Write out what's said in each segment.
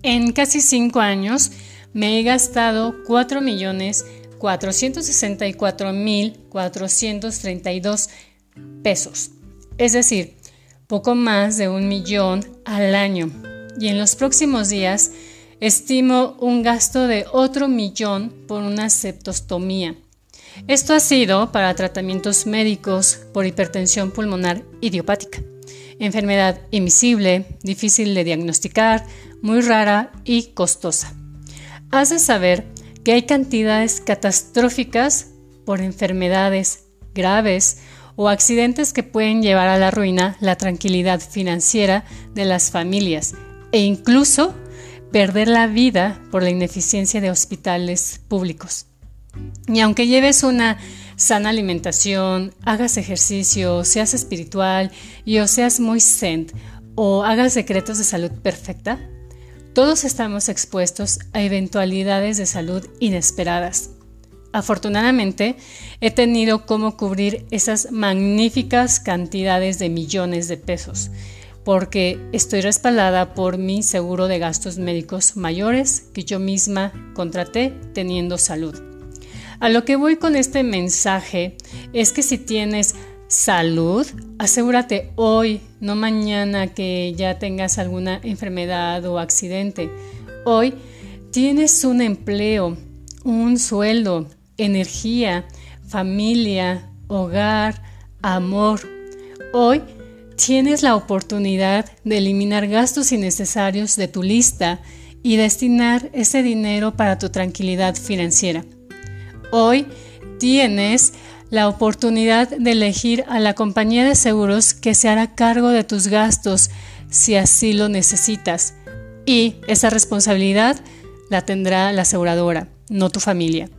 En casi 5 años me he gastado 4.464.432 pesos, es decir, poco más de 1.000.000 al año. Y en los próximos días estimo un gasto de otro 1.000.000 por una septicemia. Esto ha sido para tratamientos médicos por hipertensión pulmonar idiopática, enfermedad invisible, difícil de diagnosticar, muy rara y costosa. Has de saber que hay cantidades catastróficas por enfermedades graves o accidentes que pueden llevar a la ruina la tranquilidad financiera de las familias e incluso perder la vida por la ineficiencia de hospitales públicos. Y aunque lleves una sana alimentación, hagas ejercicio, seas espiritual y o seas muy zen o hagas decretos de salud perfecta, todos estamos expuestos a eventualidades de salud inesperadas. Afortunadamente, he tenido cómo cubrir esas magníficas cantidades de millones de pesos, porque estoy respaldada por mi seguro de gastos médicos mayores que yo misma contraté teniendo salud. A lo que voy con este mensaje es que si tienes salud, asegúrate hoy, no mañana que ya tengas alguna enfermedad o accidente. Hoy tienes un empleo, un sueldo, energía, familia, hogar, amor. Hoy tienes la oportunidad de eliminar gastos innecesarios de tu lista y destinar ese dinero para tu tranquilidad financiera. Hoy tienes la oportunidad de elegir a la compañía de seguros que se hará cargo de tus gastos si así lo necesitas, y esa responsabilidad la tendrá la aseguradora, no tu familia.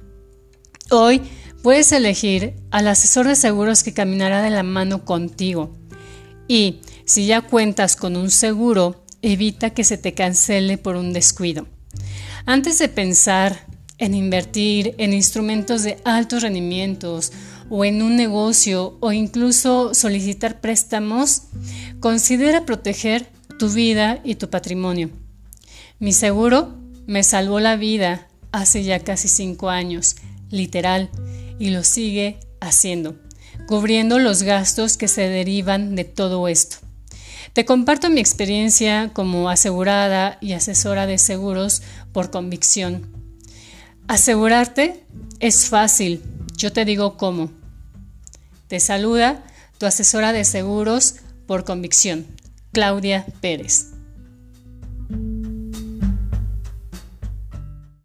Hoy puedes elegir al asesor de seguros que caminará de la mano contigo, y si ya cuentas con un seguro, evita que se te cancele por un descuido. Antes de pensar en invertir en instrumentos de altos rendimientos o en un negocio o incluso solicitar préstamos, considera proteger tu vida y tu patrimonio. Mi seguro me salvó la vida hace ya casi 5 años, literal, y lo sigue haciendo, cubriendo los gastos que se derivan de todo esto. Te comparto mi experiencia como asegurada y asesora de seguros por convicción. Asegurarte es fácil, yo te digo cómo. Te saluda tu asesora de seguros por convicción, Claudia Pérez.